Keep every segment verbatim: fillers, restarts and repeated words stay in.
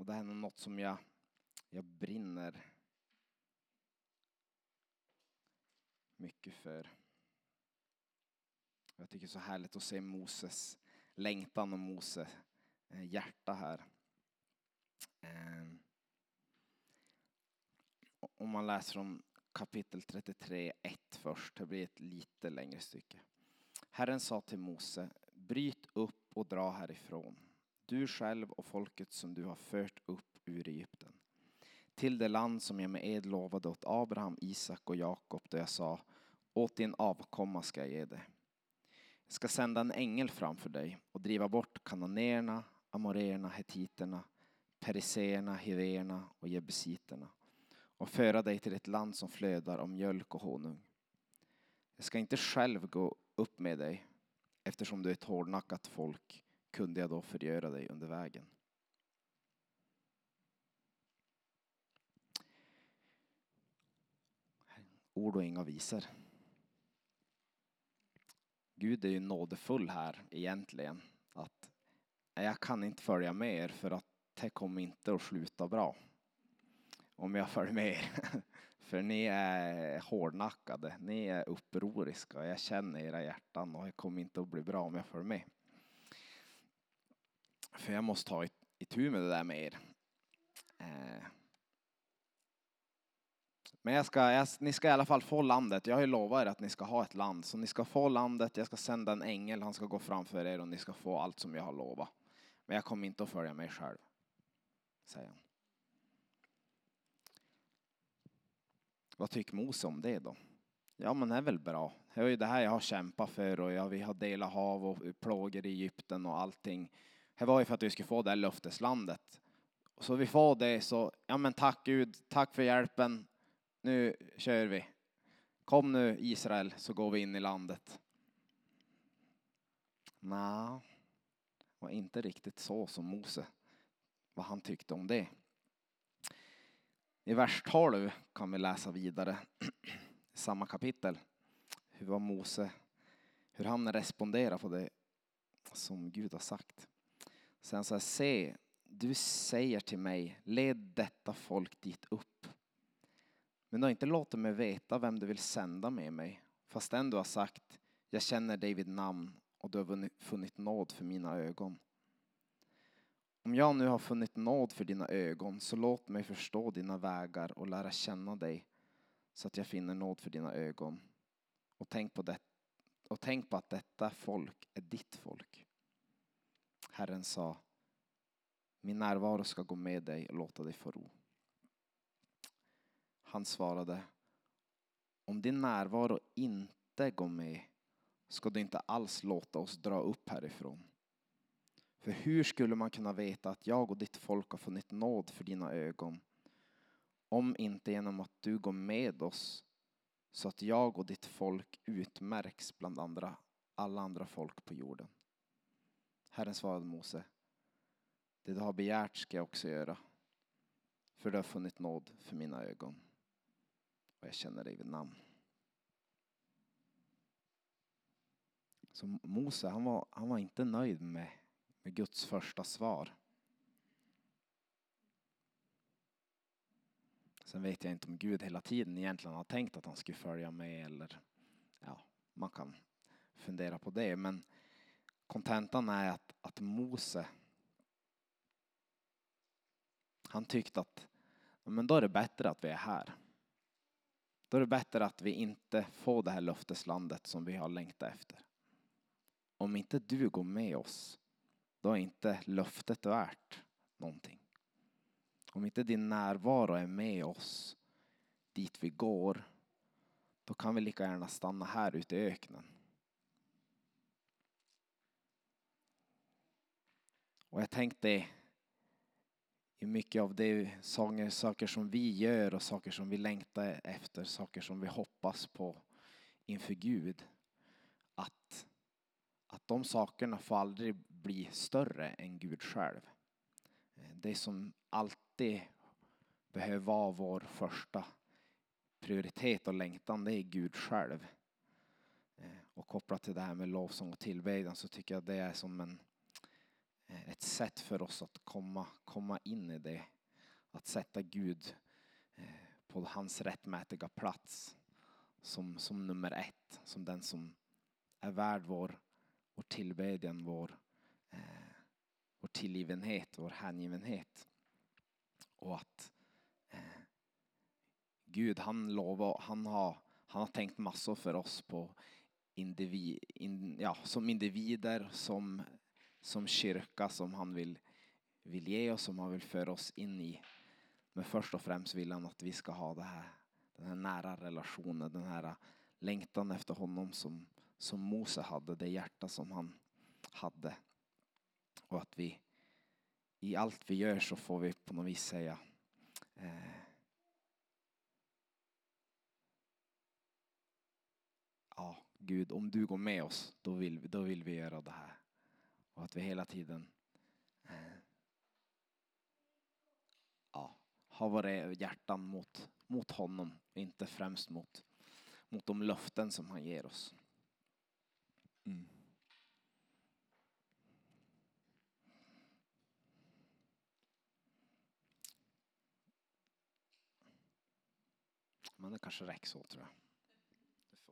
det här är något som jag, jag brinner mycket för. Jag tycker det är så härligt att se Moses längtan och Moses hjärta här. Om man läser från kapitel trettiotre ett först, det blir ett lite längre stycke. Herren sa till Mose, bryt upp och dra härifrån, du själv och folket som du har fört upp ur Egypten, till det land som jag med ed lovade åt Abraham, Isak och Jakob, då jag sa, åt din avkomma ska jag ge det. Jag ska sända en ängel framför dig och driva bort kananéerna, amoréerna, hetiterna, periseerna, hiverna och jebusiterna och föra dig till ett land som flödar av mjölk och honung. Jag ska inte själv gå upp med dig, eftersom du är ett hårdnackat folk kunde jag då förgöra dig under vägen. Ord och inga visor. Gud är ju nådefull här egentligen. Att jag kan inte följa med er för att det kommer inte att sluta bra. Om jag följer med er. För ni är hårdnackade. Ni är upproriska. Jag känner era hjärtan och det kommer inte att bli bra om jag följer med. För jag måste ta itu med det där med er. Men jag ska, jag, ni ska i alla fall få landet. Jag har ju lovat er att ni ska ha ett land. Så ni ska få landet. Jag ska sända en ängel. Han ska gå framför er och ni ska få allt som jag har lovat. Men jag kommer inte att följa mig själv, säger han. Vad tycker Mose om det då? Ja, men det är väl bra. Det är ju det här jag har kämpat för. Och jag, vi har delat hav och plågor i Egypten och allting. Det var ju för att vi skulle få det här löfteslandet. Så vi får det så, ja men tack Gud. Tack för hjälpen. Nu kör vi. Kom nu Israel så går vi in i landet. Nej, det var inte riktigt så som Mose. Vad han tyckte om det. I vers tolv kan vi läsa vidare. Samma kapitel. Hur var Mose. Hur han responderar på det som Gud har sagt. Sen så här, se. Du säger till mig. Led detta folk dit upp. Men du har inte låtit mig veta vem du vill sända med mig. Fastän du har sagt, jag känner dig vid namn och du har funnit nåd för mina ögon. Om jag nu har funnit nåd för dina ögon så låt mig förstå dina vägar och lära känna dig så att jag finner nåd för dina ögon. Och tänk på, det, och tänk på att detta folk är ditt folk. Herren sa, min närvaro ska gå med dig och låta dig få ro. Han svarade, om din närvaro inte går med ska du inte alls låta oss dra upp härifrån. För hur skulle man kunna veta att jag och ditt folk har funnit nåd för dina ögon om inte genom att du går med oss så att jag och ditt folk utmärks bland andra, alla andra folk på jorden. Herren svarade Mose, det du har begärt ska jag också göra, för du har funnit nåd för mina ögon. Och jag känner dig vid namn. Så Mose, han var, han var inte nöjd med, med Guds första svar. Sen vet jag inte om Gud hela tiden egentligen har tänkt att han skulle följa med. Eller, ja, man kan fundera på det. Men kontentan är att, att Mose, han tyckte att men då är det bättre att vi är här. Då är det bättre att vi inte får det här löfteslandet som vi har längtat efter. Om inte du går med oss, då är inte löftet värt någonting. Om inte din närvaro är med oss dit vi går, då kan vi lika gärna stanna här ute i öknen. Och jag tänkte i mycket av det saker, saker som vi gör och saker som vi längtar efter, saker som vi hoppas på inför Gud, att, att de sakerna får aldrig bli större än Gud själv. Det som alltid behöver vara vår första prioritet och längtan, det är Gud själv. Och kopplat till det här med lovsång och tillbedjan så tycker jag det är som en, ett sätt för oss att komma, komma in i det. Att sätta Gud eh, på hans rättmätiga plats. Som, som nummer ett. Som den som är värd vår, vår tillbedjan, vår, eh, vår tillgivenhet, vår hängivenhet. Och att eh, Gud, han lovar, han har, han har tänkt massor för oss på individ, in, ja, som individer, som, som kyrka, som han vill, vill ge oss, som han vill föra oss in i. Men först och främst vill han att vi ska ha det här, den här nära relationen, den här längtan efter honom som, som Mose hade, det hjärta som han hade. Och att vi i allt vi gör så får vi på något vis säga eh, ja, Gud, om du går med oss, då vill, då vill vi göra det här. Och att vi hela tiden eh, ja, har våra hjärtan mot, mot honom, inte främst mot, mot de löften som han ger oss. Mm. Men det kanske räcker så, tror jag. Det får.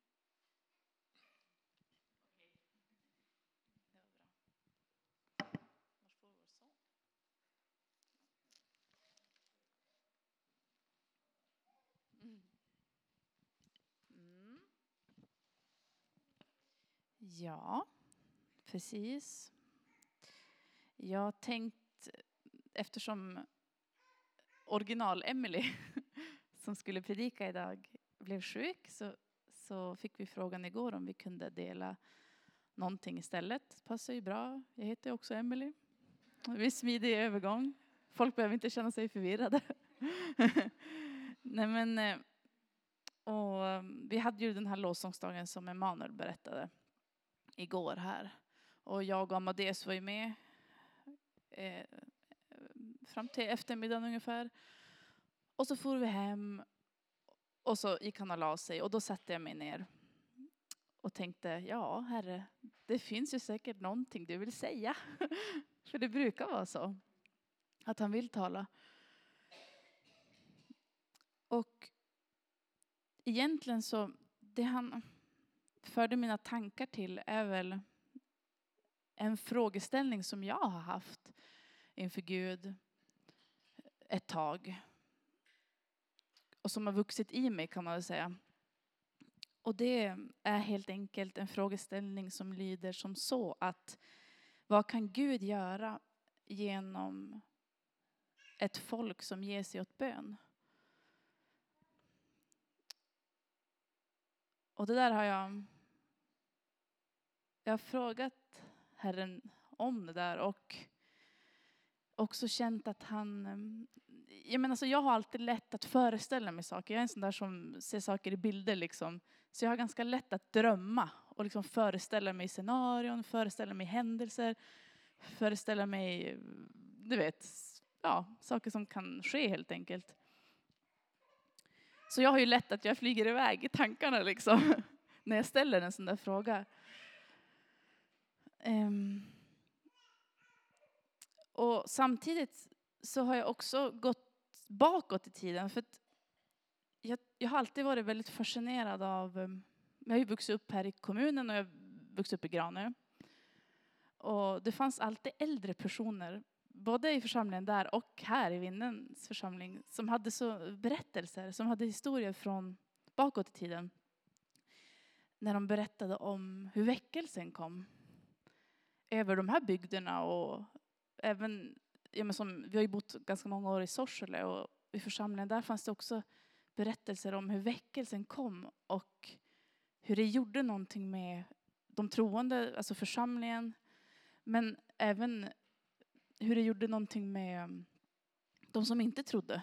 Mm. Ja, precis. Jag har tänkt, eftersom original Emily som skulle predika idag blev sjuk, så, så fick vi frågan igår om vi kunde dela någonting istället. Passar ju bra. Jag heter också Emily. Det blir smidig övergång. Folk behöver inte känna sig förvirrade. Nej, men, och vi hade ju den här lovsångsdagen som Emanuel berättade igår här. Och jag och Amadeus var ju med eh, fram till eftermiddagen ungefär. Och så får vi hem och så gick han och la sig. Och då satte jag mig ner och tänkte, ja herre, det finns ju säkert någonting du vill säga. För det brukar vara så att han vill tala. Och egentligen så, det han förde mina tankar till är väl en frågeställning som jag har haft inför Gud ett tag. Och som har vuxit i mig, kan man väl säga. Och det är helt enkelt en frågeställning som lyder som så att vad kan Gud göra genom ett folk som ger sig åt bön? Och det där har jag jag har frågat Herren om det där och också känt att han, jag menar, så jag har alltid lätt att föreställa mig saker. Jag är en sån där som ser saker i bilder liksom. Så jag har ganska lätt att drömma och liksom föreställa mig scenarion, föreställa mig händelser, föreställa mig, du vet, ja, saker som kan ske helt enkelt. Så jag har ju lätt att jag flyger iväg i tankarna liksom när jag ställer en sån där fråga. Um, och samtidigt så har jag också gått bakåt i tiden. För att jag, jag har alltid varit väldigt fascinerad av, um, jag har ju vuxit upp här i kommunen och jag har vuxit upp i Granö. Och det fanns alltid äldre personer, både i församlingen där och här i Vindens församling, som hade så berättelser, som hade historier från bakåt i tiden. När de berättade om hur väckelsen kom över de här bygderna och även, ja, men som, vi har ju bott ganska många år i Sorsele och i församlingen där fanns det också berättelser om hur väckelsen kom och hur det gjorde någonting med de troende, alltså församlingen, men även hur det gjorde någonting med de som inte trodde.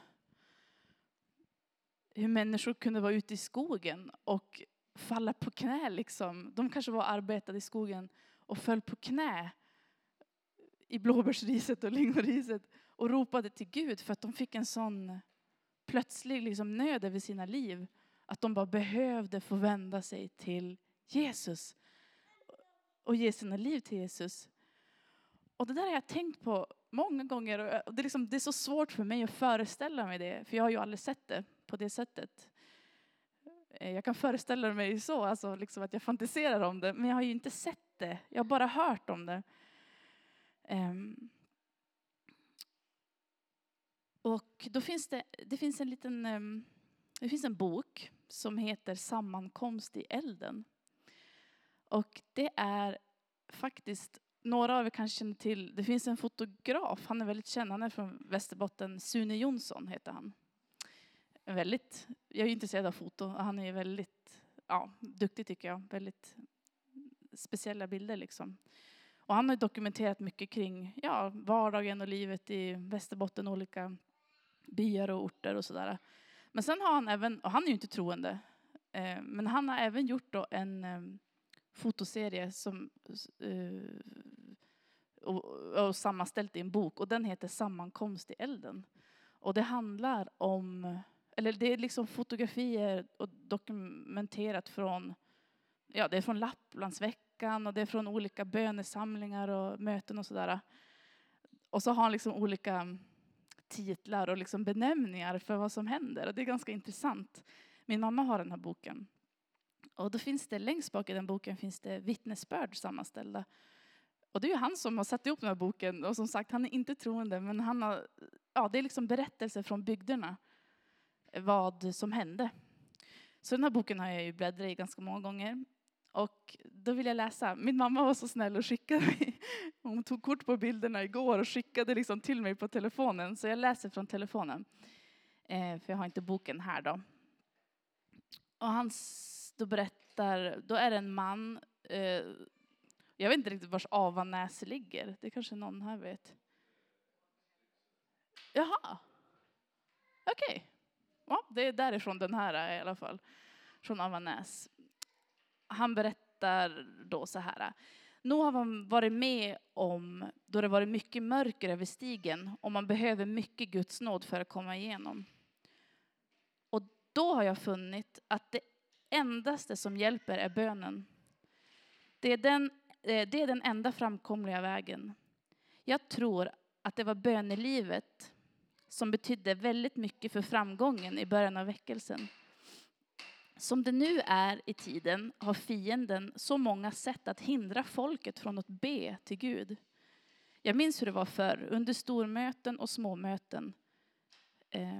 Hur människor kunde vara ute i skogen och falla på knä liksom. De kanske var arbetade i skogen och föll på knä i blåbärsriset och lingonriset och ropade till Gud för att de fick en sån plötslig liksom nöd över sina liv att de bara behövde få vända sig till Jesus och ge sina liv till Jesus. Och det där har jag tänkt på många gånger. Och det, är liksom, det är så svårt för mig att föreställa mig det. För jag har ju aldrig sett det på det sättet. Jag kan föreställa mig så, alltså liksom att jag fantiserar om det. Men jag har ju inte sett det. Jag har bara hört om det. Um, och då finns det, det finns en liten, um, det finns en bok som heter Sammankomst i elden. Och det är faktiskt, några av er kanske känner till, det finns en fotograf, han är väldigt känd, han är från Västerbotten, Sune Jonsson heter han. Väldigt, jag är intresserad av foto, han är väldigt, ja, duktig tycker jag, väldigt speciella bilder liksom. Och han har dokumenterat mycket kring, ja, vardagen och livet i Västerbotten, olika byar och orter och sådär. Men sen har han även, och han är ju inte troende, eh, men han har även gjort då en eh, fotoserie som eh, och, och sammanställt i en bok, och den heter Sammankomst i elden. Och det handlar om, eller det är liksom fotografier och dokumenterat från, ja, det är från Lapplandsveckan och det är från olika bönesamlingar och möten och sådär. Och så har han liksom olika titlar och liksom benämningar för vad som händer. Och det är ganska intressant. Min mamma har den här boken. Och då finns det, längst bak i den boken finns det vittnesbörd sammanställda. Och det är ju han som har satt ihop den här boken. Och som sagt, han är inte troende, men han har, ja, det är liksom berättelser från bygderna. Vad som hände. Så den här boken har jag ju bläddrat i ganska många gånger. Och då vill jag läsa. Min mamma var så snäll och skickade mig. Hon tog kort på bilderna igår och skickade liksom till mig på telefonen. Så jag läser från telefonen. Eh, för jag har inte boken här då. Och han då berättar, då är det en man. Eh, jag vet inte riktigt vars Avanäs ligger. Det kanske någon här vet. Jaha. Okej. Okay. Ja, det är därifrån den här är i alla fall. Från Avanäs. Han berättar då så här. Nu har man varit med om då det varit mycket mörker över stigen. Och man behöver mycket Guds nåd för att komma igenom. Och då har jag funnit att det endaste som hjälper är bönen. Det är den, det är den enda framkomliga vägen. Jag tror att det var bönelivet som betydde väldigt mycket för framgången i början av väckelsen. Som det nu är i tiden har fienden så många sätt att hindra folket från att be till Gud. Jag minns hur det var förr, under stormöten och småmöten. Eh,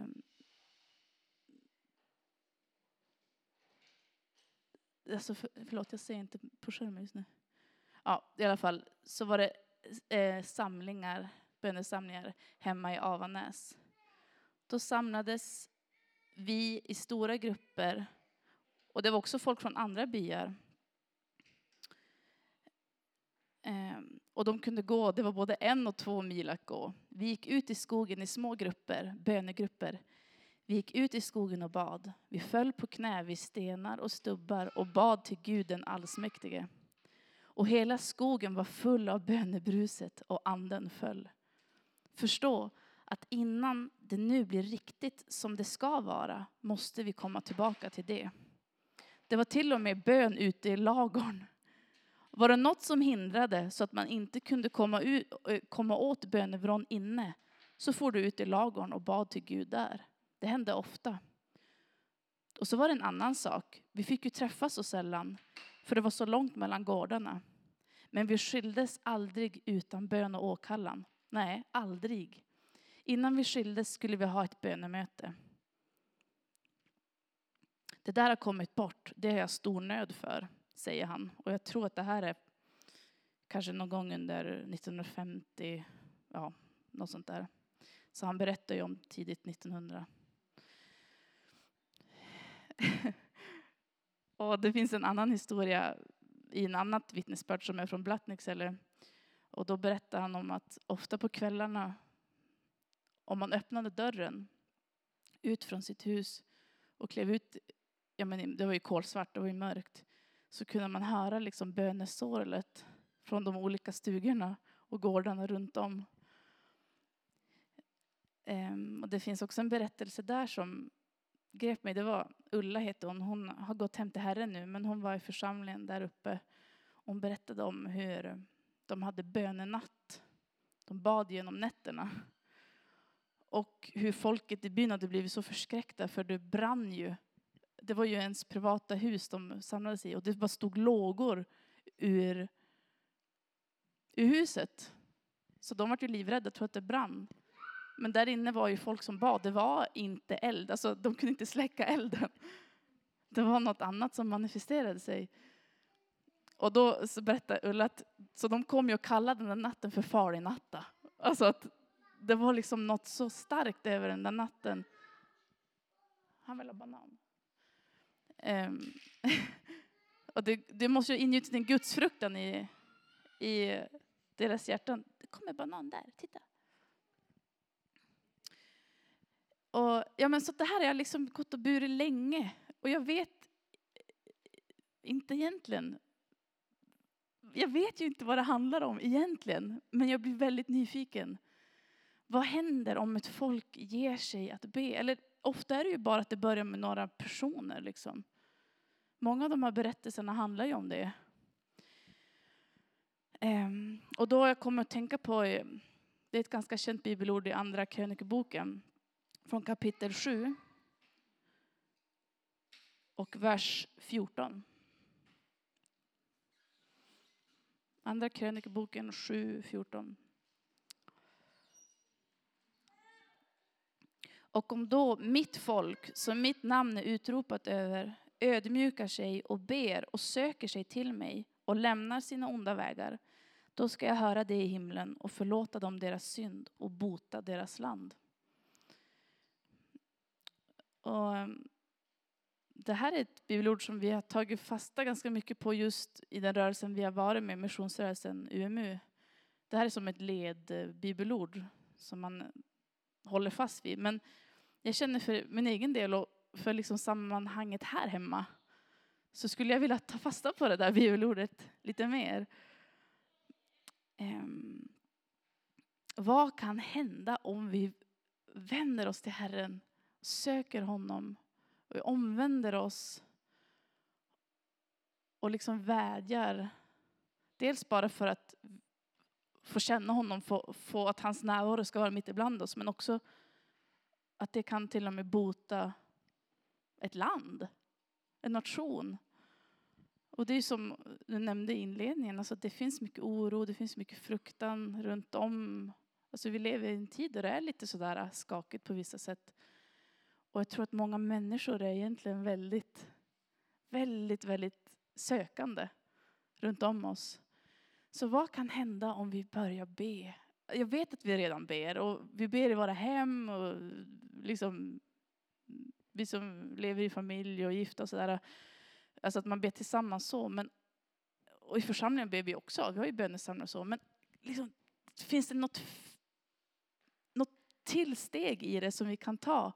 alltså för, förlåt, jag ser inte på skärmen just nu. Ja, i alla fall så var det eh, samlingar, bönesamlingar hemma i Avanäs. Då samlades vi i stora grupper. Och det var också folk från andra byar. Ehm, och de kunde gå, det var både en och två mil att gå. Vi gick ut i skogen i små grupper, bönegrupper. Vi gick ut i skogen och bad. Vi föll på knä vid stenar och stubbar och bad till Gud den allsmäktige. Och hela skogen var full av bönebruset och anden föll. Förstå att innan det nu blir riktigt som det ska vara måste vi komma tillbaka till det. Det var till och med bön ute i lagorn. Var det något som hindrade så att man inte kunde komma, ut, komma åt bönevrån inne, så får du ut i lagorn och bad till Gud där. Det hände ofta. Och så var det en annan sak. Vi fick ju träffas så sällan, för det var så långt mellan gårdarna. Men vi skildes aldrig utan bön och åkallan. Nej, aldrig. Innan vi skildes skulle vi ha ett bönemöte. Det där har kommit bort. Det har jag stor nöd för, säger han. Och jag tror att det här är kanske någon gång under nittonhundrafemtio. Ja, något sånt där. Så han berättar ju om tidigt nittonhundra. Och det finns en annan historia i en annat vittnesbörd som är från Blattnicksele. Och då berättar han om att ofta på kvällarna, om man öppnade dörren ut från sitt hus och klev ut, ja men det var ju kolsvart, det var ju mörkt, så kunde man höra liksom bönesorlet från de olika stugorna och gårdarna runt om. Um, och det finns också en berättelse där som grep mig. Det var Ulla heter hon. Hon har gått hem till Herren nu, men hon var i församlingen där uppe. Hon berättade om hur de hade bönenatt De bad genom nätterna. Och hur folket i byn hade blivit så förskräckta för det brann ju. Det var ju ens privata hus de samlades i. Och det bara stod lågor ur, ur huset. Så de var ju livrädda, tror att det brann. Men där inne var ju folk som bad. Det var inte eld. Alltså de kunde inte släcka elden. Det var något annat som manifesterade sig. Och då så berättade Ulla att så de kom ju och kallade den där natten för farlig natta. Alltså att det var liksom något så starkt över den där natten. Han vill ha banan. Um, och det, det måste ju ingjuta den gudsfruktan i, i deras hjärtan. Det kommer banan där, titta. Och ja, men så det här har jag liksom gått och burit länge. Och jag vet inte egentligen. Jag vet ju inte vad det handlar om egentligen. Men jag blir väldigt nyfiken. Vad händer om ett folk ger sig att be? Eller ofta är det ju bara att det börjar med några personer. Liksom. Många av de här berättelserna handlar ju om det. Um, och då jag kommer att tänka på, det är ett ganska känt bibelord i andra krönikeboken. Från kapitel sju. Och vers fjorton. Andra krönikeboken sju fjorton. Och om då mitt folk, som mitt namn är utropat över, ödmjukar sig och ber och söker sig till mig och lämnar sina onda vägar, då ska jag höra det i himlen och förlåta dem deras synd och bota deras land. Och det här är ett bibelord som vi har tagit fasta ganska mycket på just i den rörelsen vi har varit med, missionsrörelsen U M U. Det här är som ett led bibelord som man håller fast vid. Men jag känner för min egen del och för liksom sammanhanget här hemma så skulle jag vilja ta fasta på det där bibelordet lite mer. Um, vad kan hända om vi vänder oss till Herren, söker honom och omvänder oss och liksom vädjar, dels bara för att få känna honom, få, få att hans närvaro ska vara mitt ibland oss, men också att det kan till och med bota ett land, en nation. Och det är som du nämnde i inledningen, alltså det finns mycket oro, det finns mycket fruktan runt om. Alltså vi lever i en tid där det är lite sådär skakigt på vissa sätt. Och jag tror att många människor är egentligen väldigt, väldigt, väldigt sökande runt om oss. Så vad kan hända om vi börjar be? Jag vet att vi redan ber och vi ber i våra hem och liksom vi som lever i familj och gifta och sådär. Alltså att man ber tillsammans så. Men, och i församlingen ber vi också. Vi har ju bönesamlingar och så. Men liksom, finns det något, något tillsteg i det som vi kan ta?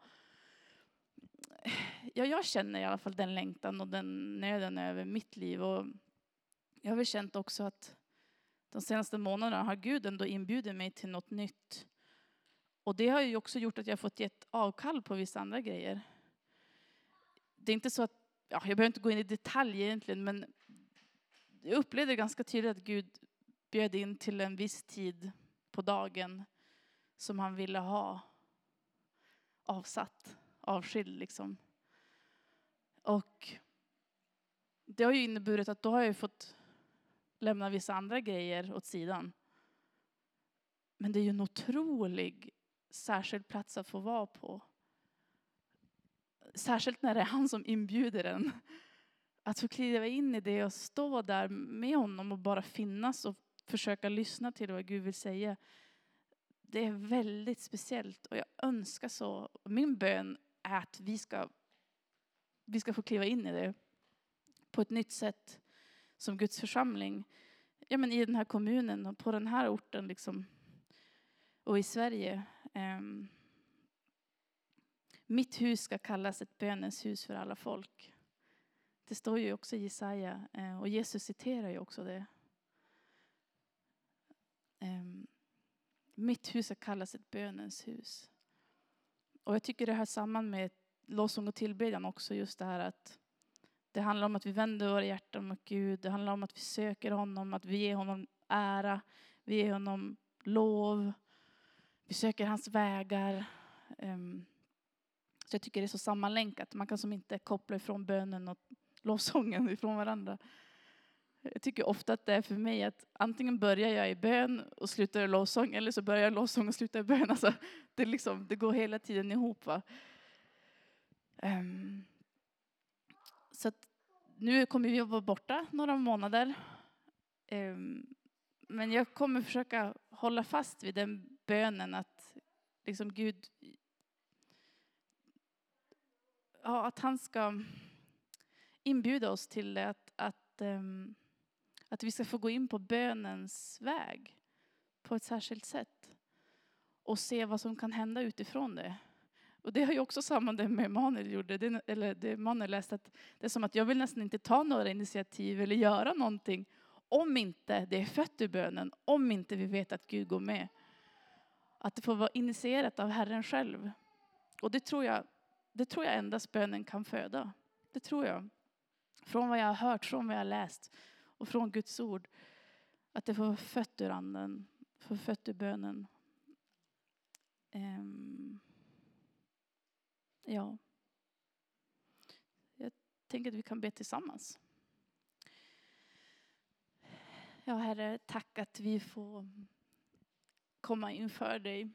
Ja, jag känner i alla fall den längtan och den nöden över mitt liv. Och jag har väl känt också att de senaste månaderna har Gud ändå inbjudit mig till något nytt. Och det har ju också gjort att jag har fått gett avkall på vissa andra grejer. Det är inte så att, ja, jag behöver inte gå in i detalj egentligen, men jag upplevde ganska tydligt att Gud bjöd in till en viss tid på dagen som han ville ha avsatt, avskild liksom. Och det har ju inneburit att då har jag fått lämna vissa andra grejer åt sidan. Men det är ju en otrolig särskild plats att få vara på. Särskilt när det är han som inbjuder en. Att få kliva in i det och stå där med honom och bara finnas och försöka lyssna till vad Gud vill säga. Det är väldigt speciellt och jag önskar så. Min bön är att vi ska, vi ska få kliva in i det på ett nytt sätt som Guds församling. Ja, men i den här kommunen och på den här orten liksom. Och i Sverige. Um, mitt hus ska kallas ett bönens hus för alla folk. Det står ju också i Jesaja. Uh, och Jesus citerar ju också det. Um, mitt hus ska kallas ett bönens hus. Och jag tycker det hör samman med lovsång och tillbedjan också. Just det här att det handlar om att vi vänder våra hjärtan mot Gud. Det handlar om att vi söker honom. Att vi ger honom ära. Vi ger honom lov. Vi söker hans vägar. Um, så jag tycker det är så sammanlänkat. Man kan som inte koppla ifrån bönen och lovsången ifrån varandra. Jag tycker ofta att det är för mig att antingen börjar jag i bön och slutar i lovsång, eller så börjar jag i lovsång och slutar i bön. Alltså, det, liksom, det går hela tiden ihop. Va? Um, så att nu kommer vi att vara borta några månader. Um, men jag kommer försöka hålla fast vid den bönen att liksom Gud, ja, att han ska inbjuda oss till det, att, att, um, att vi ska få gå in på bönens väg på ett särskilt sätt och se vad som kan hända utifrån det. Och det har ju också samma det med Emanuel gjorde, det, eller det Emanuel läste, att det är som att jag vill nästan inte ta några initiativ eller göra någonting om inte det är fött ur bönen, om inte vi vet att Gud går med. Att det får vara initierat av Herren själv. Och det tror jag, det tror jag endast bönen kan föda. Det tror jag. Från vad jag har hört, från vad jag har läst och från Guds ord. Att det får vara fött ur anden, får fött ur bönen. Um, ja. Jag tänker att vi kan be tillsammans. Ja, Herre, tack att vi får komma inför dig.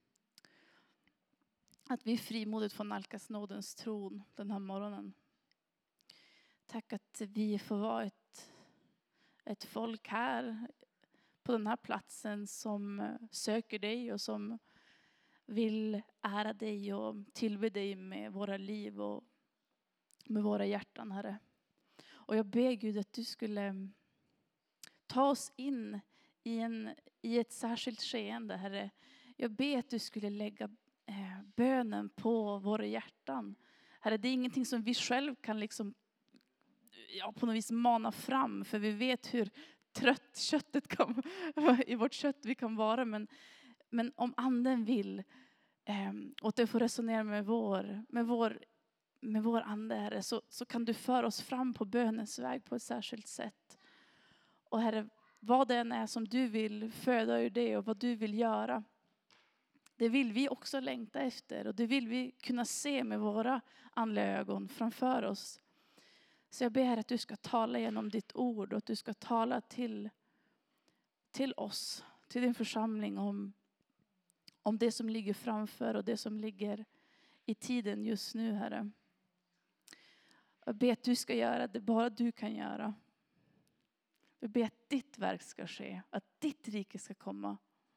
Att vi frimodigt får nalkas nådens tron den här morgonen. Tack att vi får vara ett, ett folk här på den här platsen som söker dig och som vill ära dig och tillbe dig med våra liv och med våra hjärtan, Herre. Och jag ber Gud att du skulle ta oss in i, en, i ett särskilt skeende, Herre. Jag ber att du skulle lägga eh, bönen på våra hjärtan. Herre, det är ingenting som vi själv kan liksom, ja, på något vis mana fram. För vi vet hur trött köttet kan, i vårt kött vi kan vara. Men, men om anden vill, eh, och att du får resonera med vår, med vår, med vår ande, Herre, så, så kan du föra oss fram på bönens väg på ett särskilt sätt. Och Herre, vad det än är som du vill föda ur det och vad du vill göra, det vill vi också längta efter. Och det vill vi kunna se med våra andliga ögon framför oss. Så jag ber, Herre, att du ska tala genom ditt ord och att du ska tala till, till oss, till din församling om, om det som ligger framför och det som ligger i tiden just nu, Herre. Jag ber att du ska göra det bara du kan göra. Jag ber att ditt verk ska ske. Att ditt rike ska komma.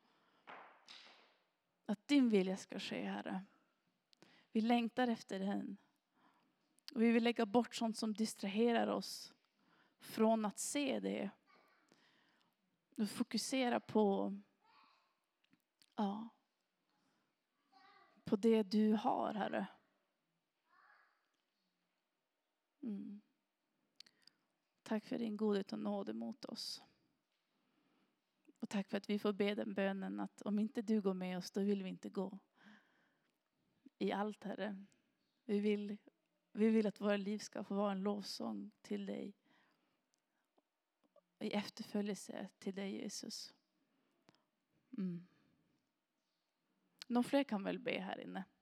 Att din vilja ska ske, Herre. Vi längtar efter den. Och vi vill lägga bort sånt som distraherar oss från att se det. Och fokusera på, ja, på det du har, Herre. Mm. Tack för din godhet och nåd emot oss. Och tack för att vi får be den bönen att om inte du går med oss, då vill vi inte gå. I allt, Herre. Vi vill, vi vill att våra liv ska få vara en lovsång till dig. I efterföljelse till dig, Jesus. Mm. Någon fler kan väl be här inne.